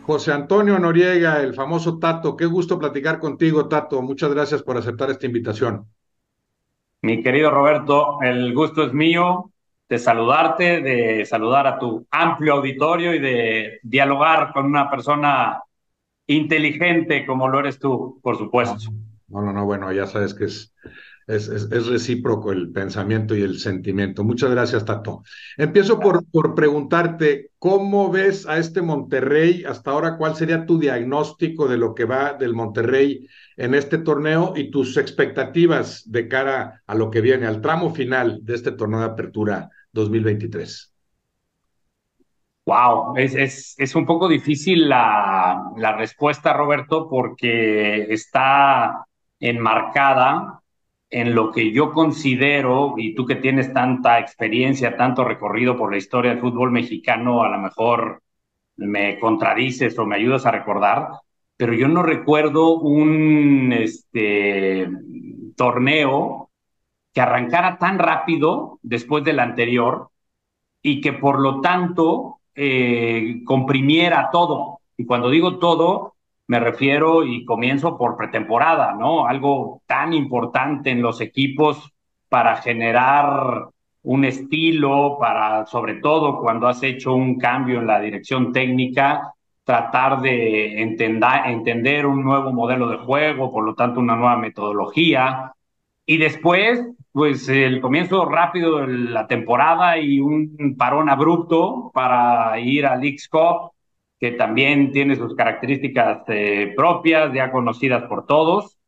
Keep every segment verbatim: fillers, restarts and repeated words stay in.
José Antonio Noriega, el famoso Tato, qué gusto platicar contigo, Tato. Muchas gracias por aceptar esta invitación. Mi querido Roberto, el gusto es mío de saludarte, de saludar a tu amplio auditorio y de dialogar con una persona inteligente como lo eres tú, por No, supuesto. no, no, no, bueno, ya sabes que es, es, es, es recíproco el pensamiento y el sentimiento. Muchas gracias, Tato. Empiezo por, por preguntarte, ¿cómo ves a este Monterrey hasta ahora? ¿Cuál sería tu diagnóstico de lo que va del Monterrey en este torneo y tus expectativas de cara a lo que viene, al tramo final de este torneo de apertura dos mil veintitrés? Wow, es, es, es un poco difícil la, la respuesta, Roberto, porque está enmarcada en lo que yo considero, y tú que tienes tanta experiencia, tanto recorrido por la historia del fútbol mexicano, a lo mejor me contradices o me ayudas a recordar, pero yo no recuerdo un este, torneo que arrancara tan rápido después del anterior y que por lo tanto eh, comprimiera todo. Y cuando digo todo, me refiero y comienzo por pretemporada, ¿no? Algo tan importante en los equipos para generar un estilo, para, sobre todo cuando has hecho un cambio en la dirección técnica, tratar de entender, entender un nuevo modelo de juego, por lo tanto una nueva metodología, y después, pues el comienzo rápido de la temporada y un parón abrupto para ir al Leagues Cup, que también tiene sus características eh, propias, ya conocidas por todos.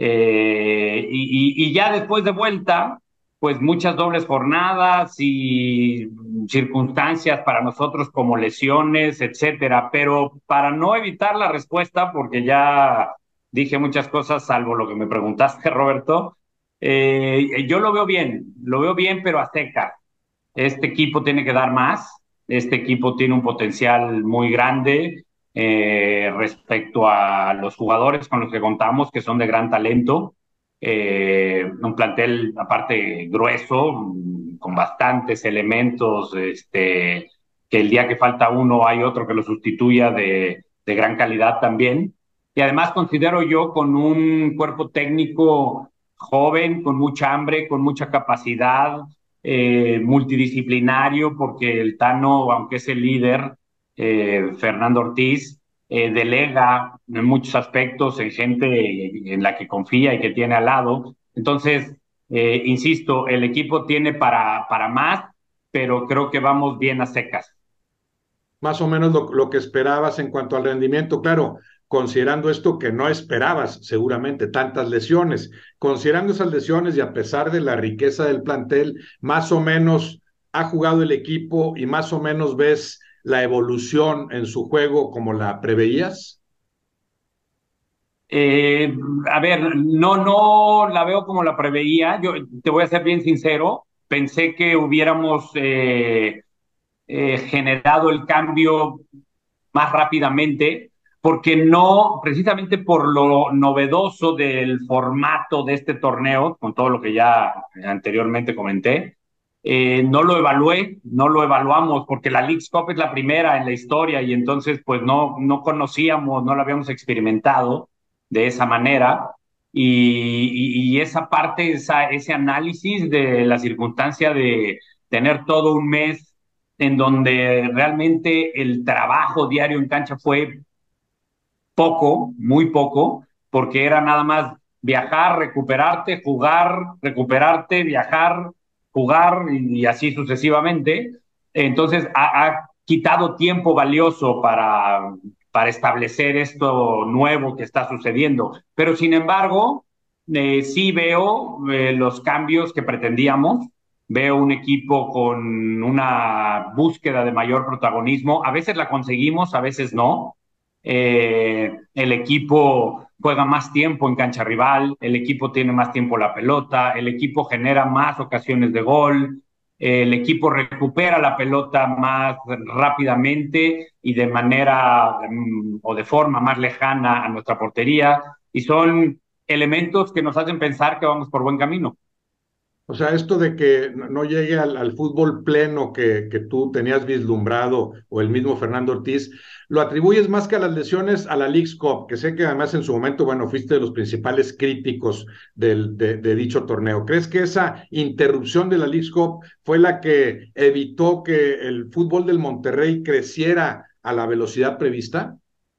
Eh, y, y, y ya después de vuelta, pues muchas dobles jornadas y circunstancias para nosotros como lesiones, etcétera. Pero para no evitar la respuesta, porque ya dije muchas cosas, salvo lo que me preguntaste, Roberto, eh, yo lo veo bien, lo veo bien, pero a seca. Este equipo tiene que dar más, este equipo tiene un potencial muy grande eh, respecto a los jugadores con los que contamos, que son de gran talento. Eh, un plantel aparte grueso, con bastantes elementos, este, que el día que falta uno hay otro que lo sustituya de, de gran calidad también. Y además considero yo con un cuerpo técnico joven, con mucha hambre, con mucha capacidad, eh, multidisciplinario, porque el Tano, aunque es el líder, eh, Fernando Ortiz, eh, delega en muchos aspectos en gente en la que confía y que tiene al lado. Entonces, eh, insisto, el equipo tiene para, para más, pero creo que vamos bien a secas. Más o menos lo, lo que esperabas en cuanto al rendimiento, claro, considerando esto que no esperabas seguramente tantas lesiones, considerando esas lesiones y a pesar de la riqueza del plantel, más o menos ha jugado el equipo y más o menos ves la evolución en su juego como la preveías. Eh, a ver, no, no la veo como la preveía. Yo te voy a ser bien sincero. Pensé que hubiéramos eh, eh, generado el cambio más rápidamente, porque no, precisamente por lo novedoso del formato de este torneo, con todo lo que ya anteriormente comenté, eh, no lo evalué, no lo evaluamos, porque la Leagues Cup es la primera en la historia y entonces pues no, no conocíamos, no lo habíamos experimentado de esa manera. Y, y, y esa parte, esa, ese análisis de la circunstancia de tener todo un mes en donde realmente el trabajo diario en cancha fue poco, muy poco, porque era nada más viajar, recuperarte, jugar, recuperarte, viajar, jugar y, y así sucesivamente. Entonces ha, ha quitado tiempo valioso para, para establecer esto nuevo que está sucediendo. Pero sin embargo, eh, sí veo eh, los cambios que pretendíamos. Veo un equipo con una búsqueda de mayor protagonismo. A veces la conseguimos, a veces no. Eh, el equipo juega más tiempo en cancha rival, el equipo tiene más tiempo la pelota, el equipo genera más ocasiones de gol, el equipo recupera la pelota más rápidamente y de manera um, o de forma más lejana a nuestra portería, y son elementos que nos hacen pensar que vamos por buen camino. O sea, esto de que no no llegue al, al fútbol pleno que, que tú tenías vislumbrado o el mismo Fernando Ortiz, lo atribuyes más que a las lesiones a la Leagues Cup, que sé que además en su momento, bueno, fuiste de los principales críticos del, de, de dicho torneo. ¿Crees que esa interrupción de la Leagues Cup fue la que evitó que el fútbol del Monterrey creciera a la velocidad prevista?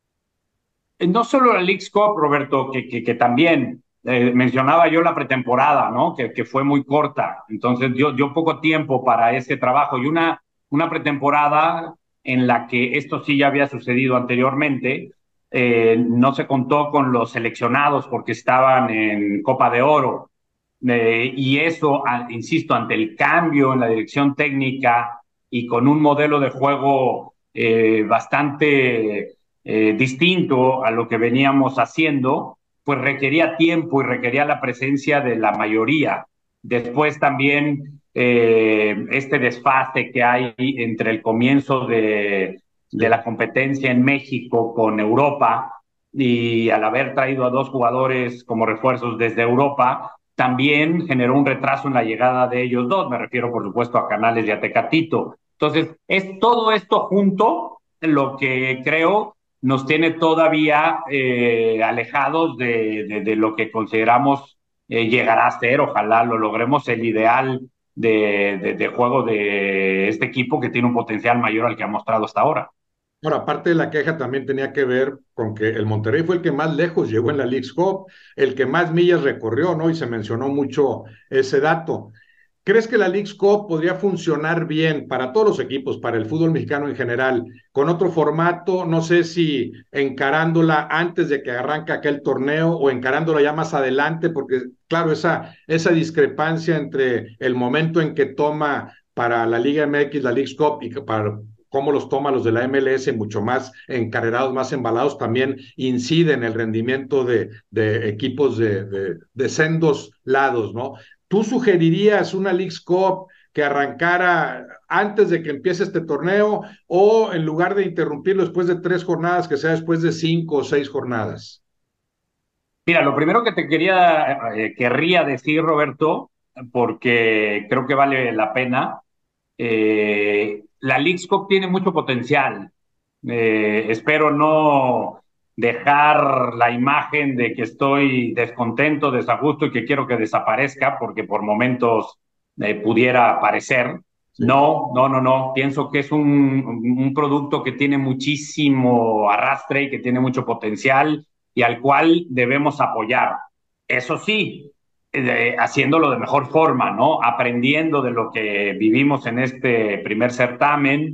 No solo la Leagues Cup, Roberto, que, que, que también eh, mencionaba yo la pretemporada, ¿no? Que, que fue muy corta. Entonces dio, dio poco tiempo para ese trabajo y una, una pretemporada en la que esto sí ya había sucedido anteriormente. Eh, no se contó con los seleccionados porque estaban en Copa de Oro. Eh, y eso, a, insisto, ante el cambio en la dirección técnica y con un modelo de juego eh, bastante eh, distinto a lo que veníamos haciendo, pues requería tiempo y requería la presencia de la mayoría. Después también eh, este desfase que hay entre el comienzo de, de Sí. la competencia en México con Europa y al haber traído a dos jugadores como refuerzos desde Europa, también generó un retraso en la llegada de ellos dos. Me refiero, por supuesto, a Canales y a Tecatito. Entonces, es todo esto junto lo que creo nos tiene todavía eh, alejados de, de, de, lo que consideramos eh, llegará a ser, ojalá lo logremos, el ideal de, de, de juego de este equipo que tiene un potencial mayor al que ha mostrado hasta ahora. Ahora, parte de la queja también tenía que ver con que el Monterrey fue el que más lejos llegó en la Leagues Cup, el que más millas recorrió, ¿no? Y se mencionó mucho ese dato. ¿Crees que la Leagues Cup podría funcionar bien para todos los equipos, para el fútbol mexicano en general, con otro formato? No sé si encarándola antes de que arranque aquel torneo o encarándola ya más adelante, porque claro, esa, esa discrepancia entre el momento en que toma para la Liga M X, la Leagues Cup y para cómo los toma los de la M L S, mucho más encarrerados, más embalados, también incide en el rendimiento de, de equipos de, de, de sendos lados, ¿no? ¿Tú sugerirías una Leagues Cup que arrancara antes de que empiece este torneo o en lugar de interrumpirlo después de tres jornadas, que sea después de cinco o seis jornadas? Mira, lo primero que te quería, eh, querría decir, Roberto, porque creo que vale la pena, eh, la Leagues Cup tiene mucho potencial. Eh, espero no dejar la imagen de que estoy descontento, desajusto y que quiero que desaparezca, porque por momentos eh, pudiera parecer. Sí. No, no, no, no. Pienso que es un, un producto que tiene muchísimo arrastre y que tiene mucho potencial y al cual debemos apoyar. Eso sí, eh, haciéndolo de mejor forma, ¿no? Aprendiendo de lo que vivimos en este primer certamen,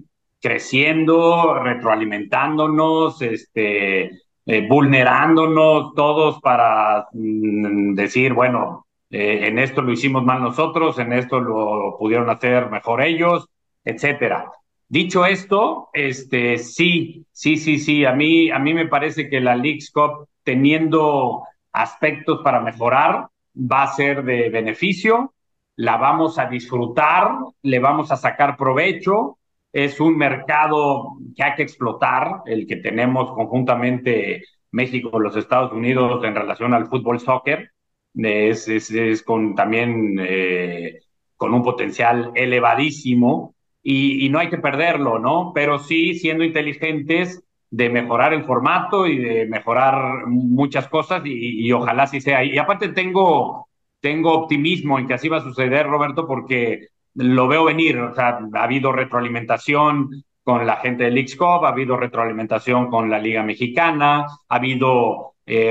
creciendo, retroalimentándonos, este, eh, vulnerándonos todos para mm, decir, bueno, eh, en esto lo hicimos mal nosotros, en esto lo pudieron hacer mejor ellos, etcétera. Dicho esto, este, sí, sí, sí, sí, a mí, a mí me parece que la Leagues Cup, teniendo aspectos para mejorar, va a ser de beneficio, la vamos a disfrutar, le vamos a sacar provecho, es un mercado que hay que explotar, el que tenemos conjuntamente México y los Estados Unidos en relación al fútbol soccer, es, es, es con también eh, con un potencial elevadísimo y, y no hay que perderlo, ¿no? Pero sí siendo inteligentes de mejorar el formato y de mejorar muchas cosas y, y ojalá así sea. Y aparte tengo, tengo optimismo en que así va a suceder, Roberto, porque lo veo venir. O sea, ha habido retroalimentación con la gente del Leagues Cup, ha habido retroalimentación con la Liga Mexicana, ha habido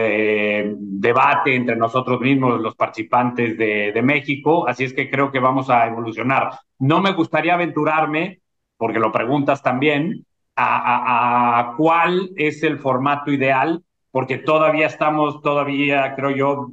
eh, debate entre nosotros mismos, los participantes de, de México, así es que creo que vamos a evolucionar. No me gustaría aventurarme, porque lo preguntas también, a, a, a cuál es el formato ideal, porque todavía estamos, todavía creo yo,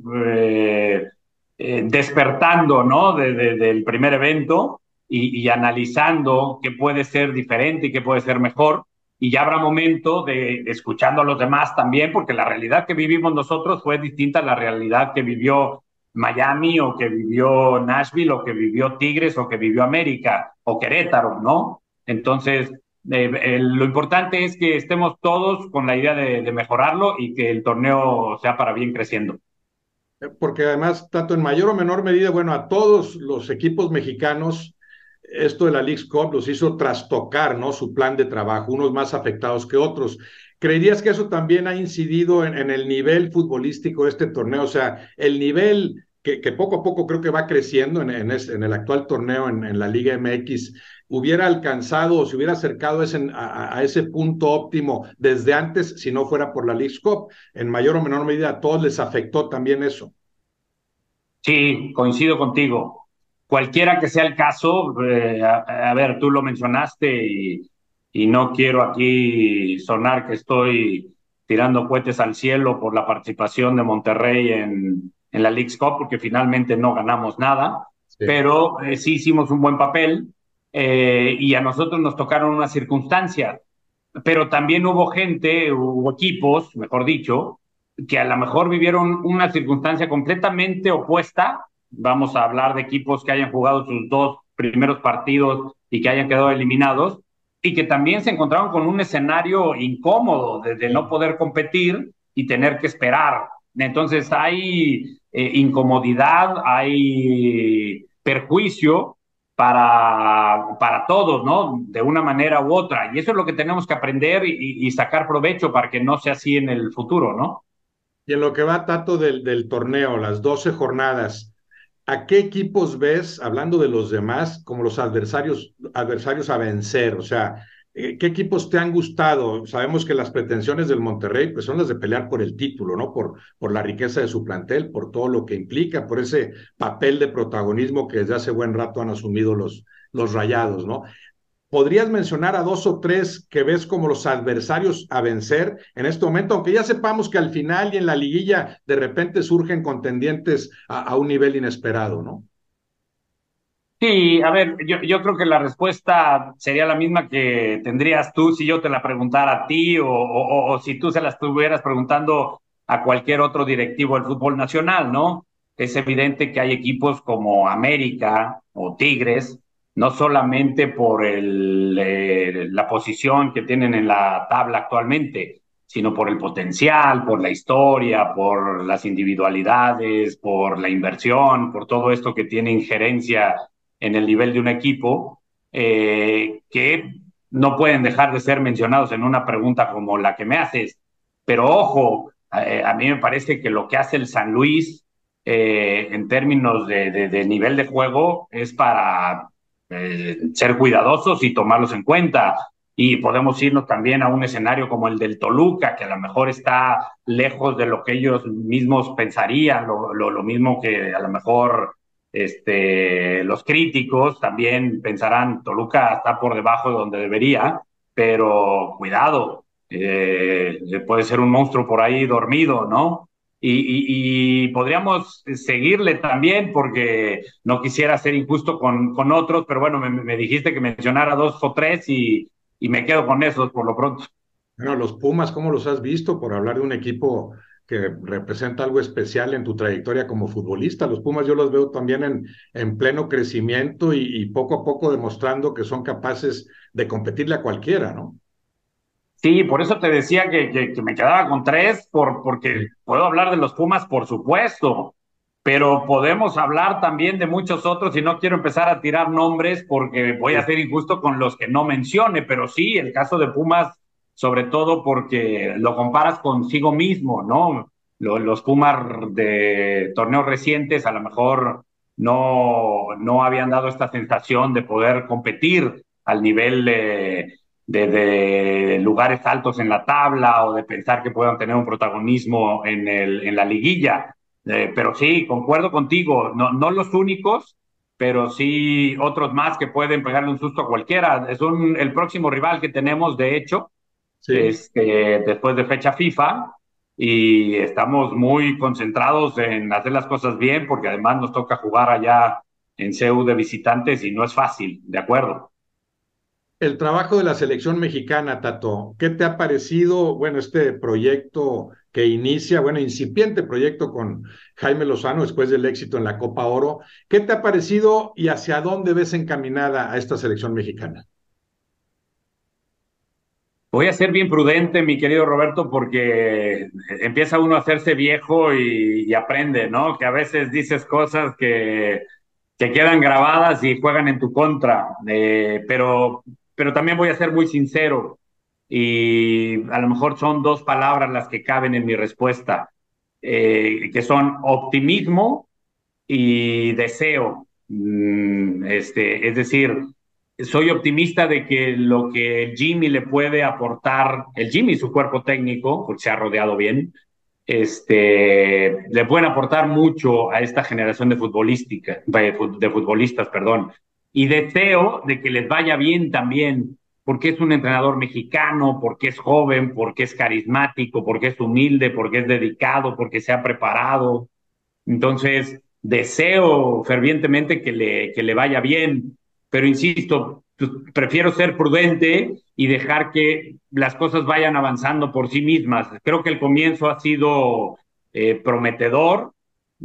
eh, eh, despertando, ¿no? De, de, del primer evento y, y analizando qué puede ser diferente y qué puede ser mejor. Y ya habrá momento de, de escuchando a los demás también, porque la realidad que vivimos nosotros fue distinta a la realidad que vivió Miami o que vivió Nashville o que vivió Tigres o que vivió América o Querétaro, ¿no? Entonces, eh, eh, lo importante es que estemos todos con la idea de, de mejorarlo y que el torneo sea para bien creciendo. porque además, tanto en mayor o menor medida, bueno, a todos los equipos mexicanos, esto de la Leagues Cup los hizo trastocar, ¿no? Su plan de trabajo, unos más afectados que otros. ¿Creerías que eso también ha incidido en, en el nivel futbolístico de este torneo? O sea, el nivel que, que poco a poco creo que va creciendo en, en, es, en el actual torneo en, en, la Liga M X, hubiera alcanzado o se hubiera acercado ese, a, a, ese punto óptimo desde antes si no fuera por la Leagues Cup. En mayor o menor medida a todos les afectó también eso. Sí, coincido contigo. Cualquiera que sea el caso, eh, a, a, ver, tú lo mencionaste y, y no quiero aquí sonar que estoy tirando cohetes al cielo por la participación de Monterrey en, en la Leagues Cup, porque finalmente no ganamos nada, Sí. pero eh, sí hicimos un buen papel eh, y a nosotros nos tocaron unas circunstancias, pero también hubo gente, hubo equipos, mejor dicho, que a lo mejor vivieron una circunstancia completamente opuesta. Vamos a hablar de equipos que hayan jugado sus dos primeros partidos y que hayan quedado eliminados, y que también se encontraron con un escenario incómodo de, de no Sí. poder competir y tener que esperar. Entonces hay eh, incomodidad, hay perjuicio para, para todos, ¿no? De una manera u otra. Y eso es lo que tenemos que aprender y, y sacar provecho para que no sea así en el futuro, ¿no? Y en lo que va, Tato, del, del torneo, las doce jornadas, ¿a qué equipos ves, hablando de los demás, como los adversarios, adversarios a vencer? O sea, eh, ¿qué equipos te han gustado? Sabemos que las pretensiones del Monterrey pues, son las de pelear por el título, ¿no? Por, por la riqueza de su plantel, por todo lo que implica, por ese papel de protagonismo que desde hace buen rato han asumido los, los Rayados, ¿no? ¿Podrías mencionar a dos o tres que ves como los adversarios a vencer en este momento? Aunque ya sepamos que al final y en la liguilla de repente surgen contendientes a, a un nivel inesperado, ¿no? Sí, a ver, yo, yo creo que la respuesta sería la misma que tendrías tú si yo te la preguntara a ti o, o, o si tú se la estuvieras preguntando a cualquier otro directivo del fútbol nacional, ¿no? Es evidente que hay equipos como América o Tigres, no solamente por el, eh, la posición que tienen en la tabla actualmente, sino por el potencial, por la historia, por las individualidades, por la inversión, por todo esto que tiene injerencia en el nivel de un equipo, eh, que no pueden dejar de ser mencionados en una pregunta como la que me haces. Pero ojo, eh, a mí me parece que lo que hace el San Luis eh, en términos de, de, de, nivel de juego es para eh, ser cuidadosos y tomarlos en cuenta. Y podemos irnos también a un escenario como el del Toluca, que a lo mejor está lejos de lo que ellos mismos pensarían, lo, lo, lo mismo que a lo mejor este, los críticos también pensarán, Toluca está por debajo de donde debería, pero cuidado, eh, puede ser un monstruo por ahí dormido, ¿no? Y, y, y, podríamos seguirle también porque no quisiera ser injusto con, con otros, pero bueno, me, me, dijiste que mencionara dos o tres y, y me quedo con esos por lo pronto. Bueno, los Pumas, ¿cómo los has visto? Por hablar de un equipo que representa algo especial en tu trayectoria como futbolista. Los Pumas yo los veo también en, en pleno crecimiento y, y poco a poco demostrando que son capaces de competirle a cualquiera, ¿no? Sí, por eso te decía que, que, que me quedaba con tres, por, porque Sí. puedo hablar de los Pumas, por supuesto, pero podemos hablar también de muchos otros y no quiero empezar a tirar nombres porque voy a Sí. ser injusto con los que no mencione, pero sí, el caso de Pumas, sobre todo porque lo comparas consigo mismo, ¿no? Los, los Pumas de torneos recientes a lo mejor no, no habían dado esta sensación de poder competir al nivel de de, de, lugares altos en la tabla o de pensar que puedan tener un protagonismo en, el, en la liguilla. Eh, pero sí, concuerdo contigo, no, no los únicos, pero sí otros más que pueden pegarle un susto a cualquiera. Es un, el próximo rival que tenemos, de hecho, Sí. este, después de fecha FIFA, y estamos muy concentrados en hacer las cosas bien, porque además nos toca jugar allá en C E U de visitantes y no es fácil, ¿de acuerdo? El trabajo de la selección mexicana, Tato, ¿qué te ha parecido? Bueno, este proyecto que inicia, bueno, incipiente proyecto con Jaime Lozano después del éxito en la Copa Oro. ¿Qué te ha parecido y hacia dónde ves encaminada a esta selección mexicana? Voy a ser bien prudente, mi querido Roberto, porque empieza uno a hacerse viejo y, y aprende, ¿no? Que a veces dices cosas que, que quedan grabadas y juegan en tu contra. Eh, pero, pero también voy a ser muy sincero y a lo mejor son dos palabras las que caben en mi respuesta, eh, que son optimismo y deseo. Mm, este, es decir, soy optimista de que lo que el Jimmy le puede aportar, el Jimmy y su cuerpo técnico, porque se ha rodeado bien, este, le pueden aportar mucho a esta generación de futbolística, de futbolistas, perdón, y deseo de que les vaya bien también, porque es un entrenador mexicano, porque es joven, porque es carismático, porque es humilde, porque es dedicado, porque se ha preparado. Entonces, deseo fervientemente que le, que le vaya bien, pero insisto, pues, prefiero ser prudente y dejar que las cosas vayan avanzando por sí mismas. Creo que el comienzo ha sido eh, prometedor,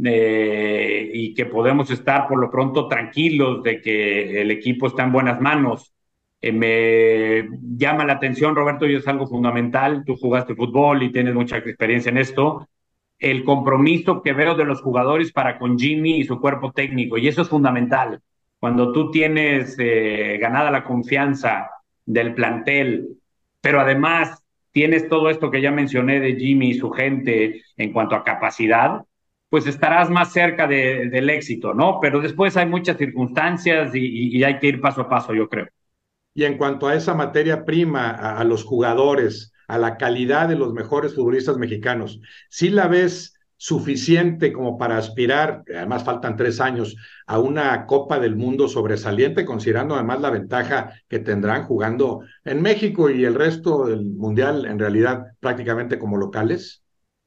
eh, y que podemos estar por lo pronto tranquilos de que el equipo está en buenas manos. Eh, me llama la atención, Roberto, y es algo fundamental. Tú jugaste fútbol y tienes mucha experiencia en esto, el compromiso que veo de los jugadores para con Jimmy y su cuerpo técnico, y eso es fundamental. Cuando tú tienes eh, ganada la confianza del plantel, pero además tienes todo esto que ya mencioné de Jimmy y su gente en cuanto a capacidad, pues estarás más cerca de, del éxito, ¿no? Pero después hay muchas circunstancias y, y hay que ir paso a paso, yo creo. Y en cuanto a esa materia prima, a, a los jugadores, a la calidad de los mejores futbolistas mexicanos, ¿sí la ves suficiente como para aspirar, además faltan tres años, a una Copa del Mundo sobresaliente, considerando además la ventaja que tendrán jugando en México y el resto del Mundial en realidad prácticamente como locales?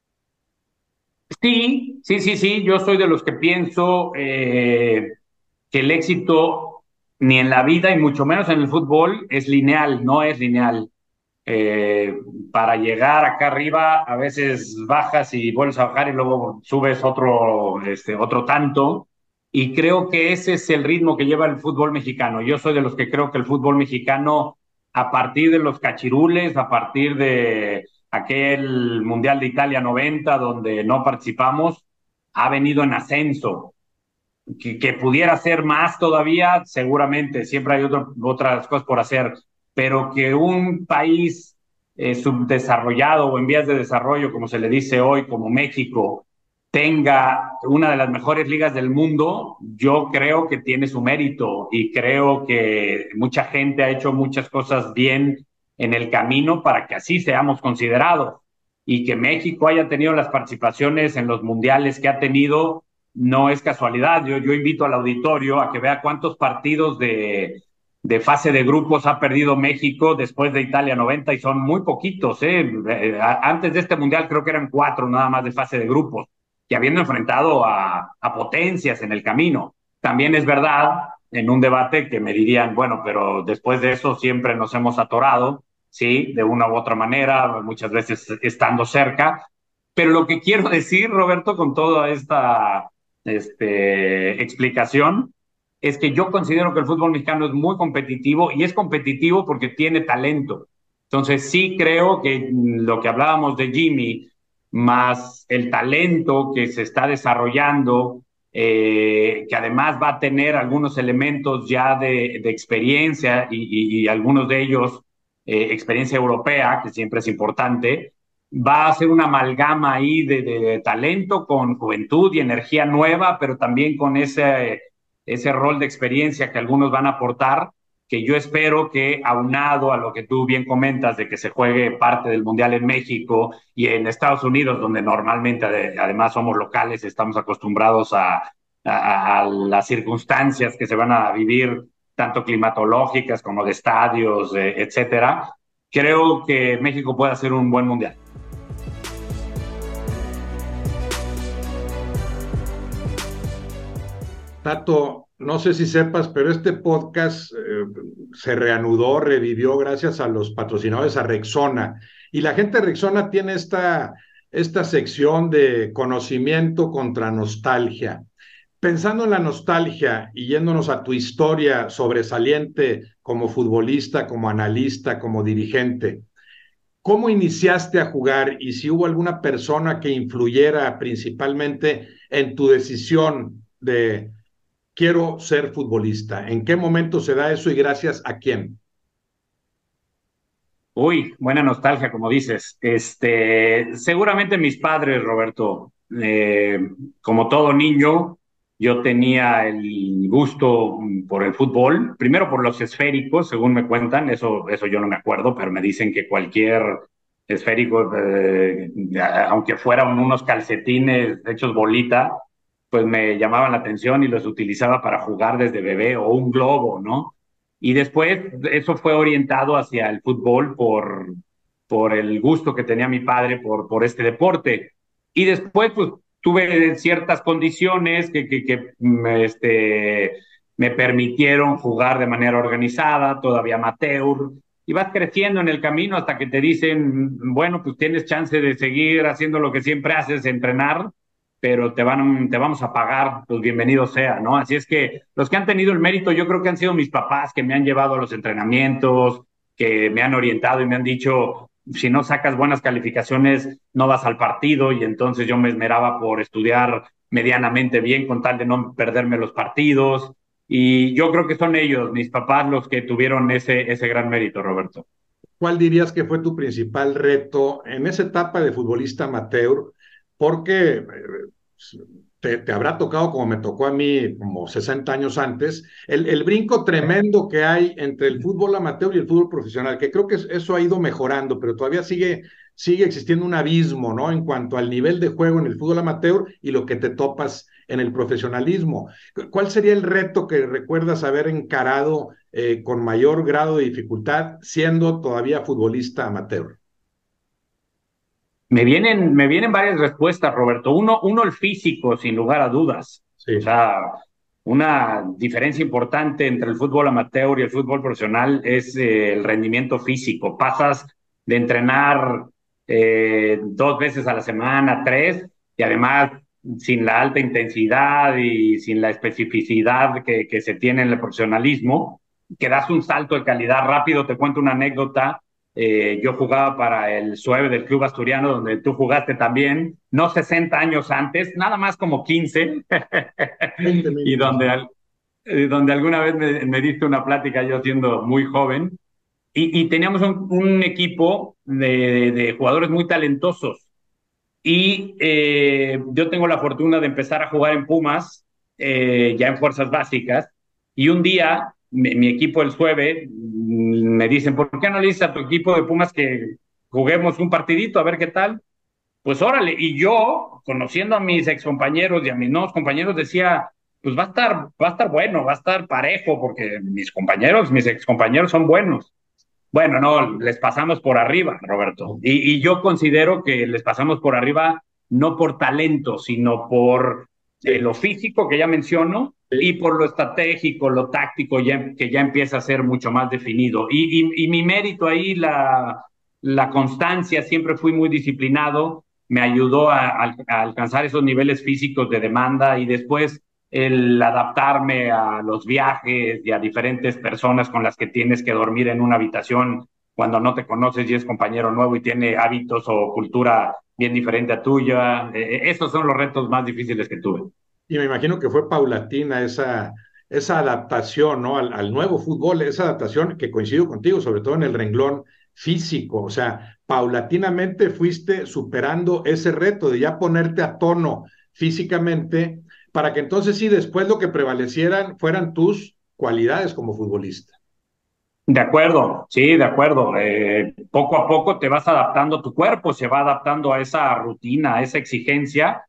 Sí, sí, sí, sí, yo soy de los que pienso eh, que el éxito ni en la vida y mucho menos en el fútbol es lineal, no es lineal. Eh, para llegar acá arriba a veces bajas y vuelves a bajar y luego subes otro, este, otro tanto. Y creo que ese es el ritmo que lleva el fútbol mexicano. Yo soy de los que creo que el fútbol mexicano, a partir de los cachirules, a partir de aquel Mundial de Italia noventa, donde no participamos, ha venido en ascenso. Que, que pudiera ser más todavía, seguramente, siempre hay otro, otras cosas por hacer, pero que un país eh, subdesarrollado o en vías de desarrollo, como se le dice hoy, como México, tenga una de las mejores ligas del mundo, yo creo que tiene su mérito y creo que mucha gente ha hecho muchas cosas bien en el camino para que así seamos considerados, y que México haya tenido las participaciones en los mundiales que ha tenido no es casualidad. Yo, yo invito al auditorio a que vea cuántos partidos de, de fase de grupos ha perdido México después de Italia noventa, y son muy poquitos. ¿eh? Eh, Antes de este mundial creo que eran cuatro nada más de fase de grupos, y habiendo enfrentado a, a potencias en el camino. También es verdad, en un debate que me dirían, bueno, pero después de eso siempre nos hemos atorado, sí, de una u otra manera, muchas veces estando cerca. Pero lo que quiero decir, Roberto, con toda esta este, explicación, es que yo considero que el fútbol mexicano es muy competitivo, y es competitivo porque tiene talento. Entonces sí creo que lo que hablábamos de Jimmy, más el talento que se está desarrollando, eh, que además va a tener algunos elementos ya de, de experiencia y, y, y, algunos de ellos eh, experiencia europea, que siempre es importante, va a ser una amalgama ahí de, de, de, talento con juventud y energía nueva, pero también con ese, ese rol de experiencia que algunos van a aportar, que yo espero que, aunado a lo que tú bien comentas de que se juegue parte del Mundial en México y en Estados Unidos, donde normalmente además somos locales, estamos acostumbrados a, a, a las circunstancias que se van a vivir, tanto climatológicas como de estadios, eh, etcétera. Creo que México puede hacer un buen Mundial. Tato, no sé si sepas, pero este podcast eh, se reanudó, revivió gracias a los patrocinadores, a Rexona. Y la gente de Rexona tiene esta, esta sección de conocimiento contra nostalgia. Pensando en la nostalgia y yéndonos a tu historia sobresaliente como futbolista, como analista, como dirigente, ¿cómo iniciaste a jugar y si hubo alguna persona que influyera principalmente en tu decisión de quiero ser futbolista? ¿En qué momento se da eso y gracias a quién? Uy, buena nostalgia, como dices. Este, seguramente mis padres, Roberto, eh, como todo niño, yo tenía el gusto por el fútbol, primero por los esféricos, según me cuentan, eso, eso yo no me acuerdo, pero me dicen que cualquier esférico, eh, aunque fueran unos calcetines hechos bolita, pues me llamaban la atención y los utilizaba para jugar desde bebé o un globo, ¿no? Y después eso fue orientado hacia el fútbol por, por el gusto que tenía mi padre por, por este deporte. Y después, pues, tuve ciertas condiciones que, que, que me, este, me permitieron jugar de manera organizada, todavía amateur, y vas creciendo en el camino hasta que te dicen, bueno, pues tienes chance de seguir haciendo lo que siempre haces, entrenar, pero te, van, te vamos a pagar, pues bienvenido sea, ¿no? Así es que los que han tenido el mérito, yo creo que han sido mis papás, que me han llevado a los entrenamientos, que me han orientado y me han dicho, si no sacas buenas calificaciones, no vas al partido, y entonces yo me esmeraba por estudiar medianamente bien con tal de no perderme los partidos. Y yo creo que son ellos, mis papás, los que tuvieron ese, ese gran mérito, Roberto. ¿Cuál dirías que fue tu principal reto en esa etapa de futbolista amateur? Porque eh, te, te habrá tocado, como me tocó a mí, como sesenta años antes, el, el brinco tremendo que hay entre el fútbol amateur y el fútbol profesional, que creo que eso ha ido mejorando, pero todavía sigue, sigue existiendo un abismo, ¿no? En cuanto al nivel de juego en el fútbol amateur y lo que te topas en el profesionalismo. ¿Cuál sería el reto que recuerdas haber encarado eh, con mayor grado de dificultad siendo todavía futbolista amateur? Me vienen, me vienen varias respuestas, Roberto. Uno, uno, el físico, sin lugar a dudas. O Sí. sea, una diferencia importante entre el fútbol amateur y el fútbol profesional es eh, el rendimiento físico. Pasas de entrenar eh, dos veces a la semana, tres, y además sin la alta intensidad y sin la especificidad que, que se tiene en el profesionalismo, que das un salto de calidad rápido. Te cuento una anécdota. Eh, yo jugaba para el SUEB del Club Asturiano, donde tú jugaste también, no sesenta años antes, nada más como quince, veinte y mínimo. donde, eh, donde alguna vez me, me, diste una plática yo siendo muy joven, y, y teníamos un, un equipo de, de, de, jugadores muy talentosos, y eh, yo tengo la fortuna de empezar a jugar en Pumas, eh, ya en fuerzas básicas, y un día mi, mi equipo, el SUEBE, me dicen, ¿por qué no le dices a tu equipo de Pumas que juguemos un partidito a ver qué tal? Pues órale, y yo, conociendo a mis excompañeros y a mis nuevos compañeros, decía, pues va a estar, va a estar bueno, va a estar parejo, porque mis compañeros, mis excompañeros son buenos. Bueno, no, les pasamos por arriba, Roberto. Y, y yo considero que les pasamos por arriba no por talento, sino por eh, Sí, lo físico que ya menciono y sí. por lo estratégico, lo táctico, ya, que ya empieza a ser mucho más definido. Y, y, y mi mérito ahí, la, la constancia, siempre fui muy disciplinado, me ayudó a, a, a alcanzar esos niveles físicos de demanda, y después el adaptarme a los viajes y a diferentes personas con las que tienes que dormir en una habitación cuando no te conoces y es compañero nuevo y tiene hábitos o cultura bien diferente a tuya. Eh, esos son los retos más difíciles que tuve. Y me imagino que fue paulatina esa, esa adaptación, ¿no? Al, al nuevo fútbol, esa adaptación que coincido contigo, sobre todo en el renglón físico. O sea, paulatinamente fuiste superando ese reto de ya ponerte a tono físicamente para que entonces sí, después lo que prevalecieran fueran tus cualidades como futbolista. De acuerdo, sí, de acuerdo. Eh, poco a poco te vas adaptando, tu cuerpo se va adaptando a esa rutina, a esa exigencia.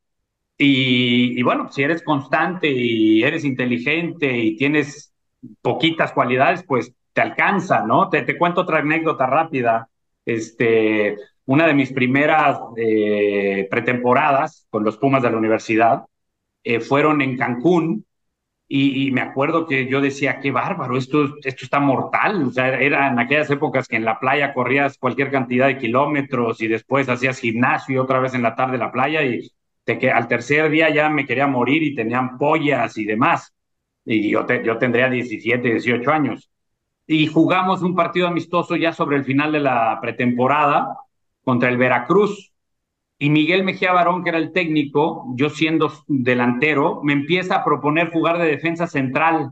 Y, y bueno, si eres constante y eres inteligente y tienes poquitas cualidades, pues te alcanza, ¿no? Te, te cuento otra anécdota rápida. Este, una de mis primeras eh, pretemporadas con los Pumas de la universidad eh, fueron en Cancún, y, y, me acuerdo que yo decía, qué bárbaro, esto, esto está mortal. O sea, era en aquellas épocas que en la playa corrías cualquier cantidad de kilómetros y después hacías gimnasio y otra vez en la tarde la playa, y de que al tercer día ya me quería morir y tenían pollas y demás. Y yo, te, yo tendría diecisiete, dieciocho años. y jugamos un partido amistoso ya sobre el final de la pretemporada contra el Veracruz. Y Miguel Mejía Barón, que era el técnico, yo siendo delantero, me empieza a proponer jugar de defensa central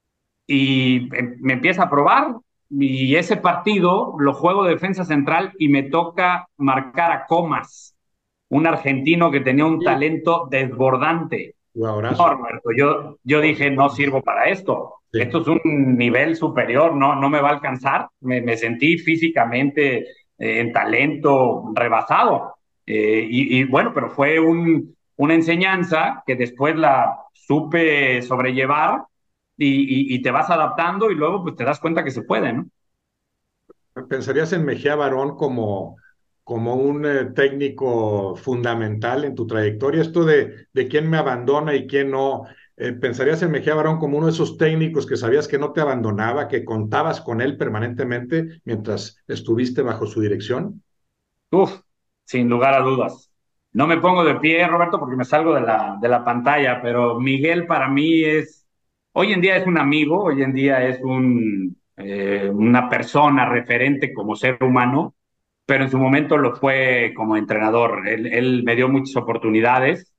y me empieza a probar. Y ese partido lo juego de defensa central y me toca marcar a Comas, un argentino que tenía un Sí, talento desbordante. No, jugadorazo. Roberto, yo, yo dije, no sirvo para esto. Sí. Esto es un nivel superior, no, no me va a alcanzar. Me, me sentí físicamente, eh, en talento rebasado. Eh, y, y, bueno, pero fue un, una enseñanza que después la supe sobrellevar y, y, y, te vas adaptando y luego pues te das cuenta que se puede, ¿no? ¿Pensarías en Mejía Barón como, como un eh, técnico fundamental en tu trayectoria? Esto de, de quién me abandona y quién no. Eh, ¿pensarías en Mejía Barón como uno de esos técnicos que sabías que no te abandonaba, que contabas con él permanentemente mientras estuviste bajo su dirección? Uf, sin lugar a dudas. No me pongo de pie, Roberto, porque me salgo de la, de la pantalla, pero Miguel para mí es, hoy en día es un amigo, hoy en día es un, eh, una persona referente como ser humano, pero en su momento lo fue como entrenador. Él, él me dio muchas oportunidades,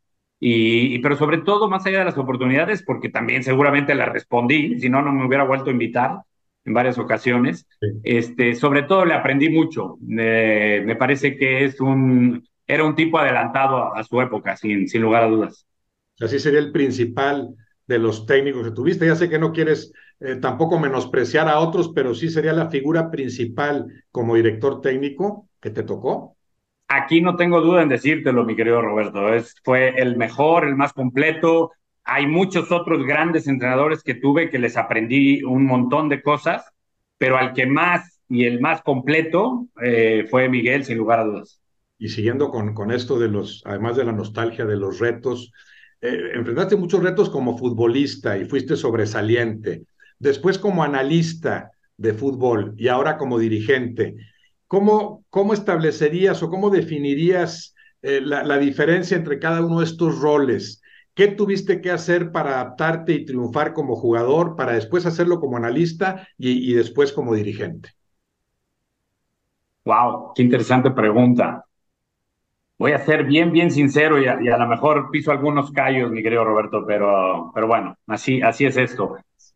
y, y, pero sobre todo, más allá de las oportunidades, porque también seguramente las respondí, si no, no me hubiera vuelto a invitar en varias ocasiones. Sí. Este, sobre todo le aprendí mucho. Eh, me parece que es un, era un tipo adelantado a, a su época, sin, sin lugar a dudas. Así sería el principal de los técnicos que tuviste. Ya sé que no quieres eh, tampoco menospreciar a otros, pero sí sería la figura principal como director técnico que te tocó. Aquí no tengo duda en decírtelo, mi querido Roberto. Es, fue el mejor, el más completo. Hay muchos otros grandes entrenadores que tuve que les aprendí un montón de cosas, pero al que más y el más completo eh, fue Miguel, sin lugar a dudas. Y siguiendo con, con esto de los, además de la nostalgia de los retos, eh, enfrentaste muchos retos como futbolista y fuiste sobresaliente. Después como analista de fútbol y ahora como dirigente, ¿cómo, cómo establecerías o cómo definirías eh, la, la diferencia entre cada uno de estos roles? ¿Qué tuviste que hacer para adaptarte y triunfar como jugador, para después hacerlo como analista y, y después como dirigente? Wow, qué interesante pregunta. Voy a ser bien, bien sincero y a, y a lo mejor piso algunos callos, mi querido Roberto, pero, pero bueno, así, así es esto.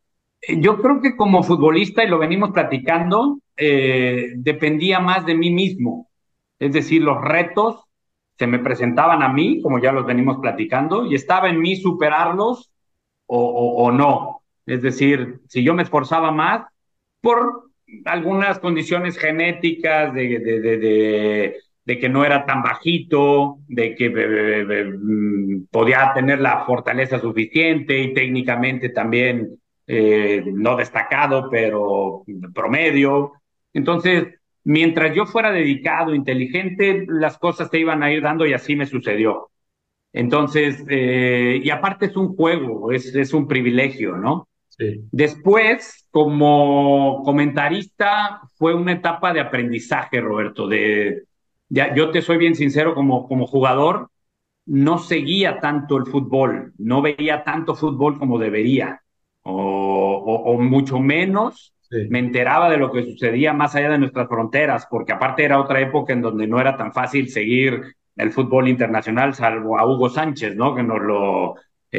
Yo creo que como futbolista, y lo venimos platicando, eh, dependía más de mí mismo. Es decir, los retos se me presentaban a mí, como ya los venimos platicando, y estaba en mí superarlos o, o, o no. Es decir, si yo me esforzaba más por algunas condiciones genéticas de, de, de, de, de que no era tan bajito, de que eh, eh, podía tener la fortaleza suficiente y técnicamente también eh, no destacado, pero promedio. Entonces, mientras yo fuera dedicado, inteligente, las cosas te iban a ir dando y así me sucedió. Entonces, eh, y aparte es un juego, es, es un privilegio, ¿no? Sí. Después, como comentarista, fue una etapa de aprendizaje, Roberto. De, ya, yo te soy bien sincero, como, como jugador, no seguía tanto el fútbol, no veía tanto fútbol como debería, o, o, o mucho menos me Sí. enteraba de lo que sucedía más allá de nuestras fronteras, porque aparte era otra época en donde no era tan fácil seguir el fútbol internacional, salvo a Hugo Sánchez, ¿no? Que nos lo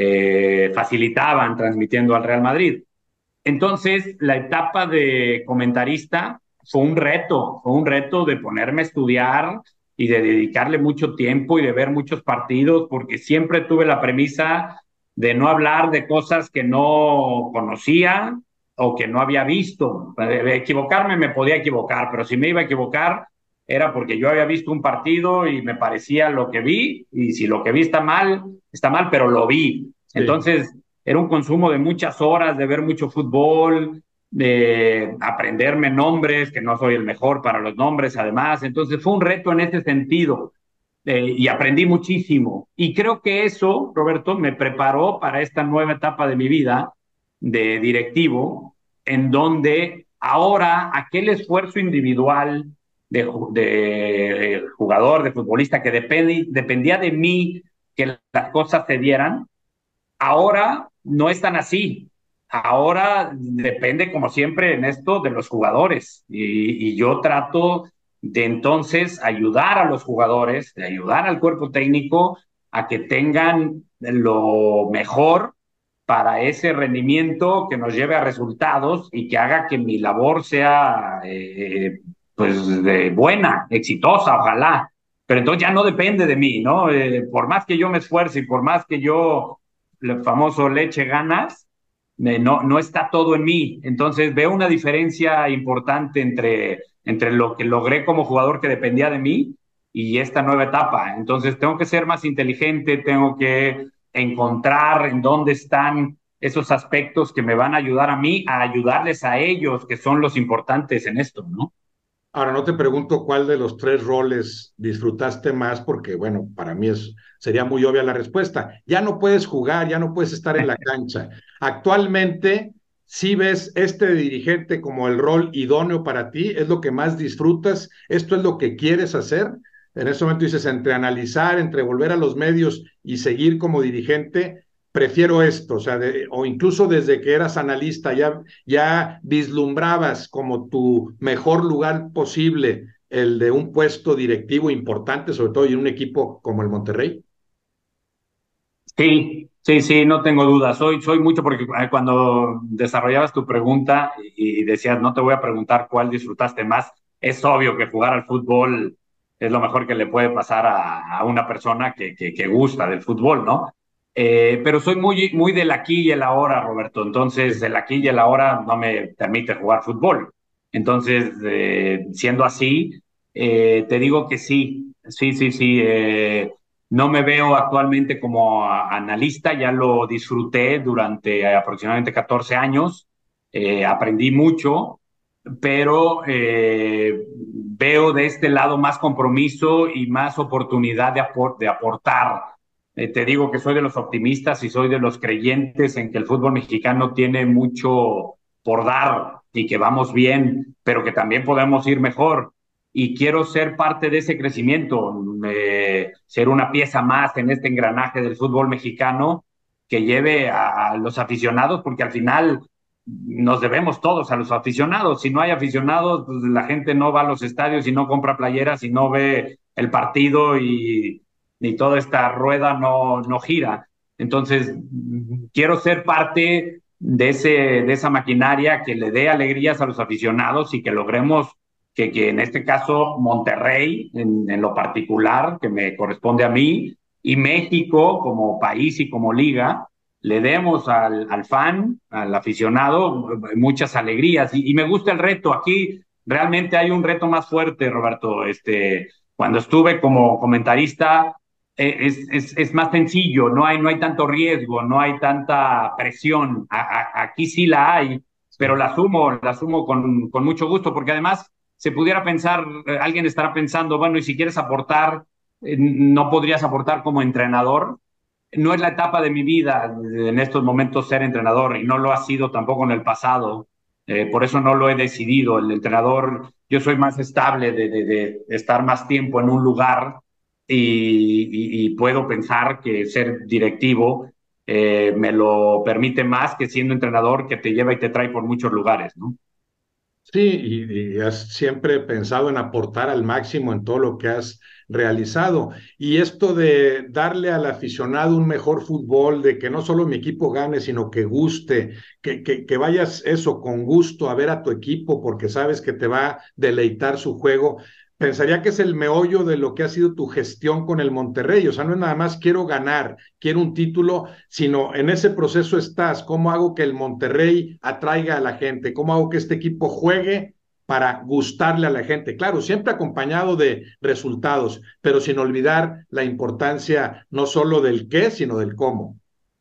eh, facilitaban transmitiendo al Real Madrid. Entonces, la etapa de comentarista fue un reto, fue un reto de ponerme a estudiar y de dedicarle mucho tiempo y de ver muchos partidos, porque siempre tuve la premisa de no hablar de cosas que no conocía o que no había visto. De equivocarme me podía equivocar, pero si me iba a equivocar era porque yo había visto un partido y me parecía lo que vi, y si lo que vi está mal, está mal, pero lo vi. Sí. Entonces, era un consumo de muchas horas, de ver mucho fútbol, de aprenderme nombres, que no soy el mejor para los nombres, además. Entonces fue un reto en ese sentido, eh, y aprendí muchísimo. Y creo que eso, Roberto, me preparó para esta nueva etapa de mi vida de directivo, en donde ahora aquel esfuerzo individual de, de jugador, de futbolista, que depend, dependía de mí que las cosas se dieran, ahora no es tan así. Ahora depende, como siempre, en esto de los jugadores. Y, y yo trato de entonces ayudar a los jugadores, de ayudar al cuerpo técnico a que tengan lo mejor para ese rendimiento que nos lleve a resultados y que haga que mi labor sea eh, pues de buena, exitosa, ojalá. Pero entonces ya no depende de mí, ¿no? Eh, por más que yo me esfuerce y por más que yo, el famoso le eche ganas, eh, no, no está todo en mí. Entonces veo una diferencia importante entre, entre lo que logré como jugador que dependía de mí y esta nueva etapa. Entonces tengo que ser más inteligente, tengo que encontrar en dónde están esos aspectos que me van a ayudar a mí, a ayudarles a ellos, que son los importantes en esto, ¿no? Ahora, no te pregunto cuál de los tres roles disfrutaste más, porque, bueno, para mí es, sería muy obvia la respuesta. Ya no puedes jugar, ya no puedes estar en la cancha. Actualmente, si ves este dirigente como el rol idóneo para ti, es lo que más disfrutas, esto es lo que quieres hacer. En ese momento dices, entre analizar, entre volver a los medios y seguir como dirigente, prefiero esto, o sea, de, o incluso desde que eras analista, ya, ya vislumbrabas como tu mejor lugar posible el de un puesto directivo importante, sobre todo en un equipo como el Monterrey. Sí, sí, sí, no tengo duda. Soy, soy mucho porque cuando desarrollabas tu pregunta y decías, no te voy a preguntar cuál disfrutaste más, es obvio que jugar al fútbol es lo mejor que le puede pasar a, a una persona que, que, que, gusta del fútbol, ¿no? Eh, pero soy muy, muy del aquí y el ahora, Roberto. Entonces, el aquí y el ahora no me permite jugar fútbol. Entonces, eh, siendo así, eh, te digo que sí, sí, sí, sí. Eh, no me veo actualmente como analista, ya lo disfruté durante aproximadamente catorce años, eh, aprendí mucho, pero eh, veo de este lado más compromiso y más oportunidad de, apor de aportar. Eh, te digo que soy de los optimistas y soy de los creyentes en que el fútbol mexicano tiene mucho por dar y que vamos bien, pero que también podemos ir mejor y quiero ser parte de ese crecimiento, eh, ser una pieza más en este engranaje del fútbol mexicano que lleve a, a, los aficionados, porque al final nos debemos todos a los aficionados. Si no hay aficionados, pues la gente no va a los estadios y no compra playeras y no ve el partido y, y toda esta rueda no, no gira. Entonces, quiero ser parte de, ese, de esa maquinaria que le dé alegrías a los aficionados y que logremos que, que en este caso Monterrey, en, en lo particular, que me corresponde a mí, y México como país y como liga, le demos al, al fan, al aficionado, muchas alegrías. Y, y, me gusta el reto. Aquí realmente hay un reto más fuerte, Roberto. Este, cuando estuve como comentarista, eh, es, es, es, más sencillo, no hay, no hay tanto riesgo, no hay tanta presión. A, a, aquí sí la hay, pero la asumo, la asumo con, con mucho gusto, porque además se pudiera pensar, eh, alguien estará pensando, bueno, y si quieres aportar, eh, no podrías aportar como entrenador. No es la etapa de mi vida en estos momentos ser entrenador y no lo ha sido tampoco en el pasado. Eh, por eso no lo he decidido. El entrenador, yo soy más estable de, de, de estar más tiempo en un lugar y, y, y puedo pensar que ser directivo eh, me lo permite más que siendo entrenador que te lleva y te trae por muchos lugares, ¿no? Sí, y, y, has siempre pensado en aportar al máximo en todo lo que has realizado. Y esto de darle al aficionado un mejor fútbol, de que no solo mi equipo gane, sino que guste, que, que, que vayas eso con gusto a ver a tu equipo porque sabes que te va a deleitar su juego. Pensaría que es el meollo de lo que ha sido tu gestión con el Monterrey. O sea, no es nada más quiero ganar, quiero un título, sino en ese proceso estás. ¿Cómo hago que el Monterrey atraiga a la gente? ¿Cómo hago que este equipo juegue para gustarle a la gente? Claro, siempre acompañado de resultados, pero sin olvidar la importancia no solo del qué, sino del cómo.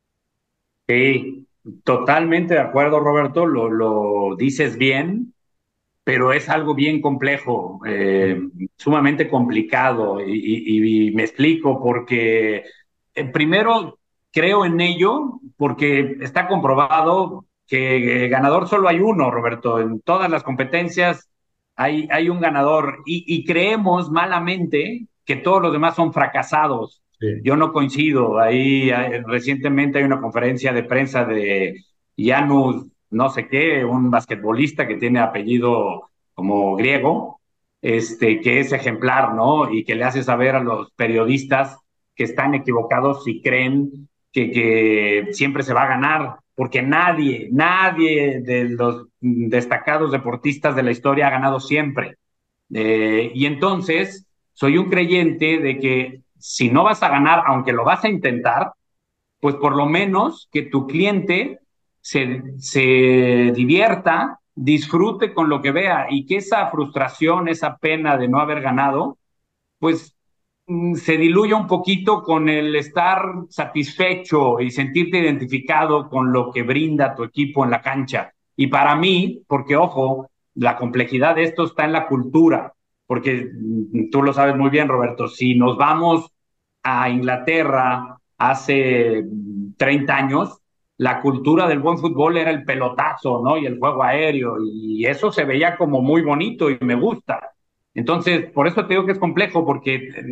Sí, totalmente de acuerdo, Roberto. Lo, lo dices bien, pero es algo bien complejo, eh, sumamente complicado. Y, y, y, me explico, porque eh, primero creo en ello, porque está comprobado que ganador solo hay uno, Roberto. En todas las competencias hay, hay un ganador y, y creemos malamente que todos los demás son fracasados. Sí. Yo no coincido. Ahí hay, recientemente hay una conferencia de prensa de Janus, no sé qué, un basquetbolista que tiene apellido como griego, este, que es ejemplar, ¿no? Y que le hace saber a los periodistas que están equivocados si creen que, que siempre se va a ganar, porque nadie, nadie de los destacados deportistas de la historia ha ganado siempre. Eh, y entonces, soy un creyente de que si no vas a ganar, aunque lo vas a intentar, pues por lo menos que tu cliente se, se divierta, disfrute con lo que vea y que esa frustración, esa pena de no haber ganado, pues mm, se diluya un poquito con el estar satisfecho y sentirte identificado con lo que brinda tu equipo en la cancha. Y para mí, porque ojo, la complejidad de esto está en la cultura, porque mm, tú lo sabes muy bien, Roberto, si nos vamos a Inglaterra hace treinta años, la cultura del buen fútbol era el pelotazo, ¿no? Y el juego aéreo, y eso se veía como muy bonito y me gusta. Entonces, por eso te digo que es complejo, porque eh,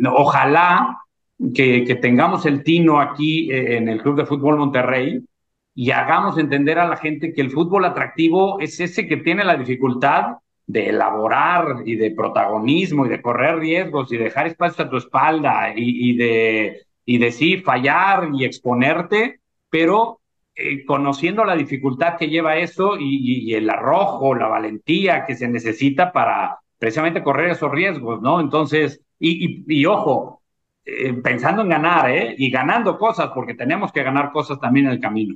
ojalá que, que, tengamos el tino aquí eh, en el Club de Fútbol Monterrey y hagamos entender a la gente que el fútbol atractivo es ese que tiene la dificultad de elaborar y de protagonismo y de correr riesgos y dejar espacio a tu espalda y, y de, y de sí fallar y exponerte, pero eh, conociendo la dificultad que lleva eso y, y, y el arrojo, la valentía que se necesita para precisamente correr esos riesgos, ¿no? Entonces, y, y, y ojo, eh, pensando en ganar, ¿eh? Y ganando cosas, porque tenemos que ganar cosas también en el camino.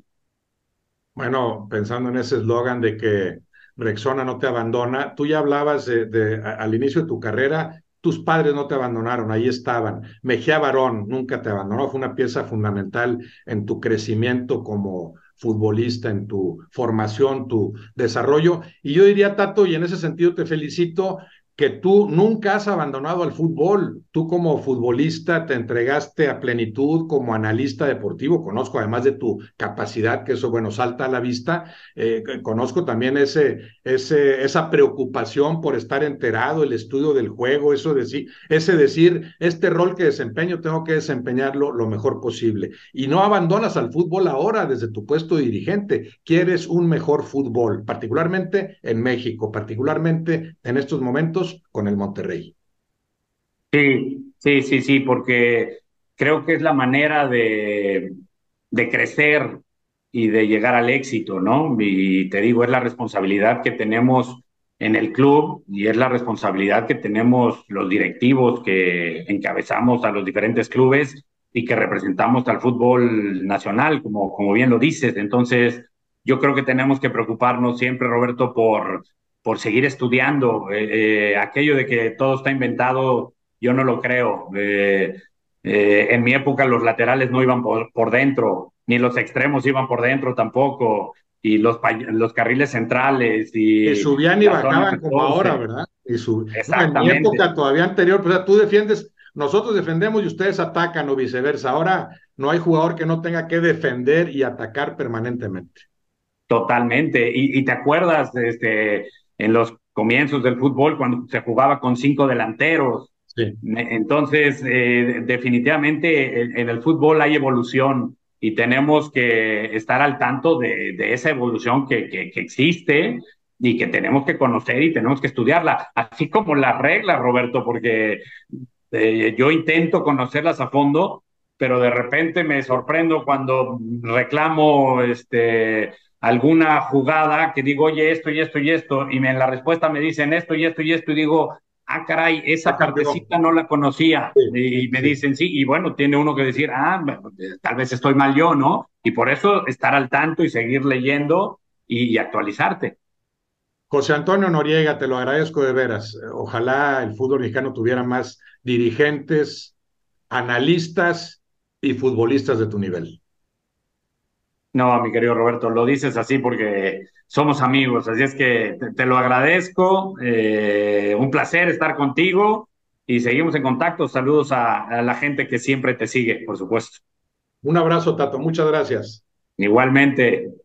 Bueno, pensando en ese eslogan de que Rexona no te abandona, tú ya hablabas de, de, a, al inicio de tu carrera, tus padres no te abandonaron, ahí estaban. Mejía Barón nunca te abandonó, fue una pieza fundamental en tu crecimiento como futbolista, en tu formación, tu desarrollo. Y yo diría, Tato, y en ese sentido te felicito, que tú nunca has abandonado al fútbol. Tú como futbolista te entregaste a plenitud como analista deportivo. Conozco además de tu capacidad, que eso, bueno, salta a la vista. Eh, conozco también ese, ese, esa preocupación por estar enterado, el estudio del juego, eso decir, ese decir, este rol que desempeño tengo que desempeñarlo lo mejor posible. Y no abandonas al fútbol ahora desde tu puesto de dirigente. Quieres un mejor fútbol, particularmente en México, particularmente en estos momentos con el Monterrey. Sí, sí, sí, sí, porque creo que es la manera de, de crecer y de llegar al éxito, ¿no? Y te digo, es la responsabilidad que tenemos en el club y es la responsabilidad que tenemos los directivos que encabezamos a los diferentes clubes y que representamos al fútbol nacional, como, como bien lo dices. Entonces, yo creo que tenemos que preocuparnos siempre, Roberto, por, por seguir estudiando. Eh, eh, aquello de que todo está inventado, yo no lo creo. Eh, eh, en mi época los laterales no iban por, por dentro, ni los extremos iban por dentro tampoco, y los, los carriles centrales Y y subían y la zona bajaban como ahora, catorce. ¿verdad? Y sub... No, en mi Exactamente, época todavía anterior, pues tú defiendes, nosotros defendemos y ustedes atacan o viceversa. Ahora no hay jugador que no tenga que defender y atacar permanentemente. totalmente. Y, y te acuerdas este, en los comienzos del fútbol cuando se jugaba con cinco delanteros. Sí. Entonces, eh, definitivamente en, en, el fútbol hay evolución y tenemos que estar al tanto de, de esa evolución que, que, que, existe y que tenemos que conocer y tenemos que estudiarla, así como las reglas, Roberto, porque eh, yo intento conocerlas a fondo, pero de repente me sorprendo cuando reclamo este, alguna jugada que digo, oye, esto y esto y esto, y me, en la respuesta me dicen esto y esto y esto, y digo, ah, caray, Ya esa cambió. partecita no la conocía. Sí, Y me sí. dicen, sí, y bueno, tiene uno que decir, ah, tal vez estoy mal yo, ¿no? Y por eso estar al tanto y seguir leyendo y, y actualizarte. José Antonio Noriega, te lo agradezco de veras. Ojalá el fútbol mexicano tuviera más dirigentes, analistas y futbolistas de tu nivel. No, mi querido Roberto, lo dices así porque somos amigos, así es que te, te lo agradezco, eh, un placer estar contigo y seguimos en contacto. Saludos a, a la gente que siempre te sigue, por supuesto. Un abrazo, Tato. Muchas gracias. Igualmente.